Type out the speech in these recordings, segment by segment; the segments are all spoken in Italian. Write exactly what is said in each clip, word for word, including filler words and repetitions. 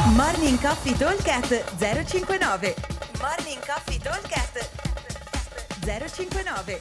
Morning Coffee Talkcast zero cinquantanove. Morning Coffee Talkcast zero cinquantanove.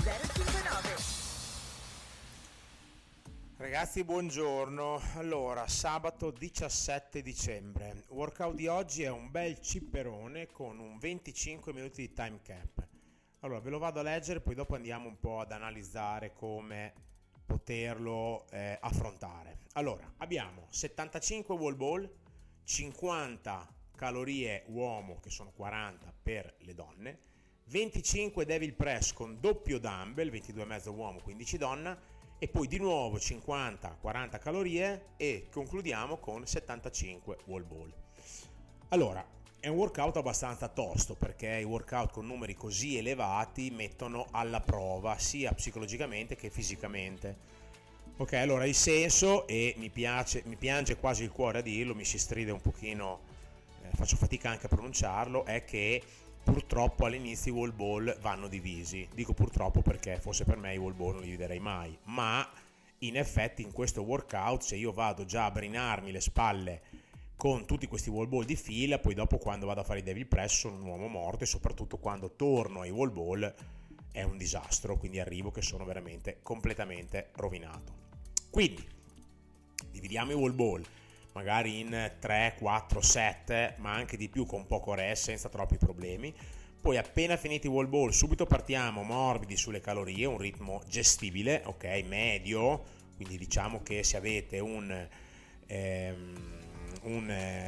Ragazzi, buongiorno. Allora, sabato diciassette dicembre. Workout di oggi è un bel cipperone con un venticinque minuti di time cap. Allora, ve lo vado a leggere, poi dopo andiamo un po' ad analizzare come poterlo eh, affrontare. Allora, abbiamo settantacinque wall ball, cinquanta calorie uomo, che sono quaranta per le donne, venticinque devil press con doppio dumbbell, ventidue e mezzo uomo, quindici donna, e poi di nuovo cinquanta quaranta calorie e concludiamo con settantacinque wall ball. Allora, è un workout abbastanza tosto, perché i workout con numeri così elevati mettono alla prova sia psicologicamente che fisicamente. Ok, allora il senso, e mi piace, mi piange quasi il cuore a dirlo, mi si stride un pochino, eh, faccio fatica anche a pronunciarlo, è che purtroppo all'inizio i wall ball vanno divisi. Dico purtroppo perché forse per me i wall ball non li dividerei mai, ma in effetti in questo workout, se io vado già a brinarmi le spalle con tutti questi wall ball di fila, poi dopo quando vado a fare i devil press sono un uomo morto, e soprattutto quando torno ai wall ball è un disastro, quindi arrivo che sono veramente completamente rovinato. Quindi dividiamo i wall ball magari in tre, quattro, sette, ma anche di più con poco rest, senza troppi problemi. Poi appena finiti i wall ball subito partiamo morbidi sulle calorie, un ritmo gestibile, ok, medio, quindi diciamo che se avete un ehm, un,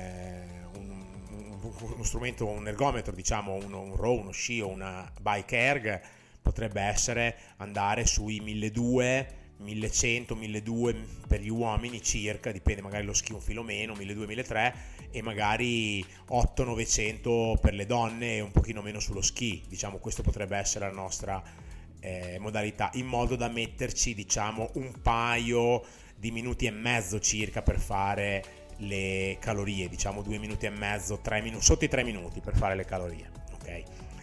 eh, un, un, uno strumento, un ergometro, diciamo uno, un row, uno sci o una bike erg, potrebbe essere andare sui milleduecento, millecento, milleduecento per gli uomini circa, dipende, magari lo schi un filo meno, milleduecento, milletrecento, e magari ottocento novecento per le donne e un pochino meno sullo ski. Diciamo questo potrebbe essere la nostra eh, modalità, in modo da metterci diciamo un paio di minuti e mezzo circa per fare le calorie, diciamo due minuti e mezzo, tre minuti, sotto i tre minuti per fare le calorie, ok?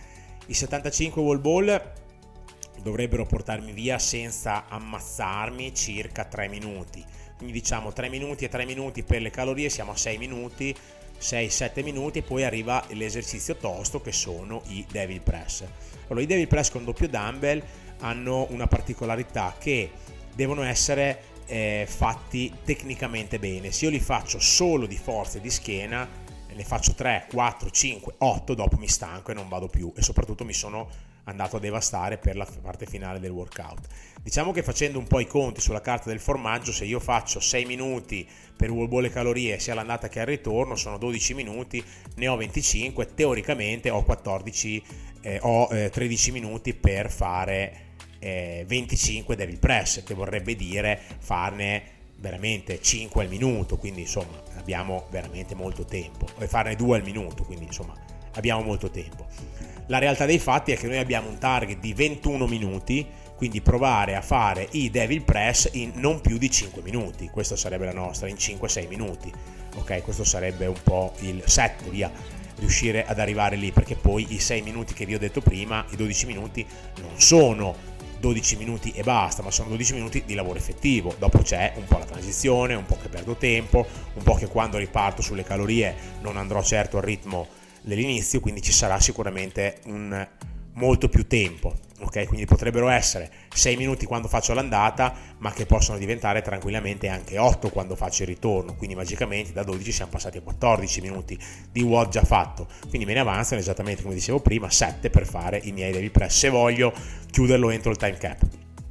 I settantacinque wall ball dovrebbero portarmi via senza ammazzarmi circa tre minuti, quindi diciamo tre minuti e tre minuti per le calorie, siamo a sei minuti, sei sette minuti, e poi arriva l'esercizio tosto che sono i devil press. Allora, i devil press con doppio dumbbell hanno una particolarità, che devono essere eh, fatti tecnicamente bene. Se io li faccio solo di forza e di schiena, ne faccio tre, quattro, cinque, otto, dopo mi stanco e non vado più, e soprattutto mi sono andato a devastare per la parte finale del workout. Diciamo che facendo un po' i conti sulla carta del formaggio, se io faccio sei minuti per wall ball e calorie sia all'andata che al ritorno, sono dodici minuti, ne ho venticinque, teoricamente ho quattordici, eh, ho eh, tredici minuti per fare eh, venticinque devil press, che vorrebbe dire farne veramente cinque al minuto, quindi insomma abbiamo veramente molto tempo, e farne due al minuto, quindi insomma abbiamo molto tempo. La realtà dei fatti è che noi abbiamo un target di ventuno minuti, quindi provare a fare i devil press in non più di cinque minuti, questa sarebbe la nostra, in cinque sei minuti, ok? Questo sarebbe un po' il set, via, riuscire ad arrivare lì, perché poi i sei minuti che vi ho detto prima, i dodici minuti, non sono dodici minuti e basta, ma sono dodici minuti di lavoro effettivo. Dopo c'è un po' la transizione, un po' che perdo tempo, un po' che quando riparto sulle calorie non andrò certo al ritmo dell'inizio, quindi ci sarà sicuramente un molto più tempo, ok? Quindi potrebbero essere sei minuti quando faccio l'andata, ma che possono diventare tranquillamente anche otto quando faccio il ritorno, quindi magicamente da dodici siamo passati a quattordici minuti di W O D già fatto, quindi me ne avanzano esattamente come dicevo prima sette per fare i miei devil press, se voglio chiuderlo entro il time cap.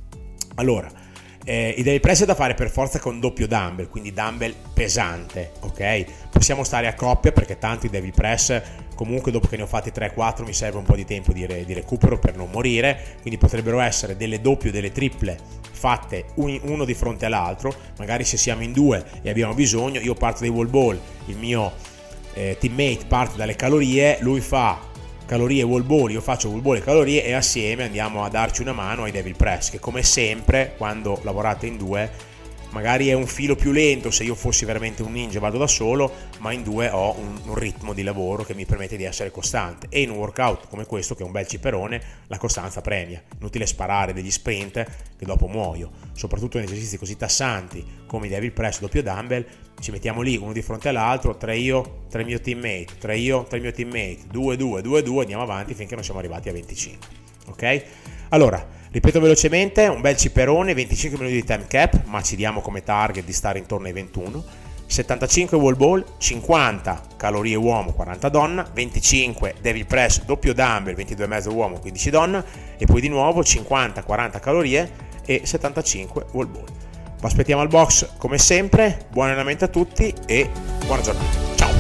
Allora, Eh, i devil press è da fare per forza con doppio dumbbell, quindi dumbbell pesante, ok? Possiamo stare a coppia, perché tanto i devil press comunque dopo che ne ho fatti tre quattro mi serve un po' di tempo di, re, di recupero per non morire, quindi potrebbero essere delle doppie o delle triple fatte un, uno di fronte all'altro. Magari se siamo in due e abbiamo bisogno, io parto dai wall ball, il mio eh, teammate parte dalle calorie, lui fa calorie e wall ball, io faccio wall ball e calorie, e assieme andiamo a darci una mano ai devil press, che come sempre quando lavorate in due magari è un filo più lento, se io fossi veramente un ninja vado da solo, ma in due ho un, un ritmo di lavoro che mi permette di essere costante, e in un workout come questo, che è un bel ciperone, la costanza premia. Inutile sparare degli sprint che dopo muoio, soprattutto in esercizi così tassanti come i devil press doppio dumbbell. Ci mettiamo lì uno di fronte all'altro, tre io, tre il mio teammate, tre io, tre il mio teammate, due, due, due, due, andiamo avanti finché non siamo arrivati a venticinque. Ok? Allora, ripeto velocemente, un bel ciperone, venticinque minuti di time cap, ma ci diamo come target di stare intorno ai ventuno, settantacinque wall ball, cinquanta calorie uomo, quaranta donna, venticinque devil press doppio dumbbell, ventidue e mezzo uomo, quindici donna, e poi di nuovo cinquanta quaranta calorie e settantacinque wall ball. Vi aspettiamo al box come sempre, buon allenamento a tutti e buona giornata. Ciao!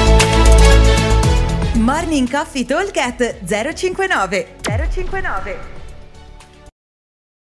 Morning Coffee Talk at zero cinquantanove zero cinquantanove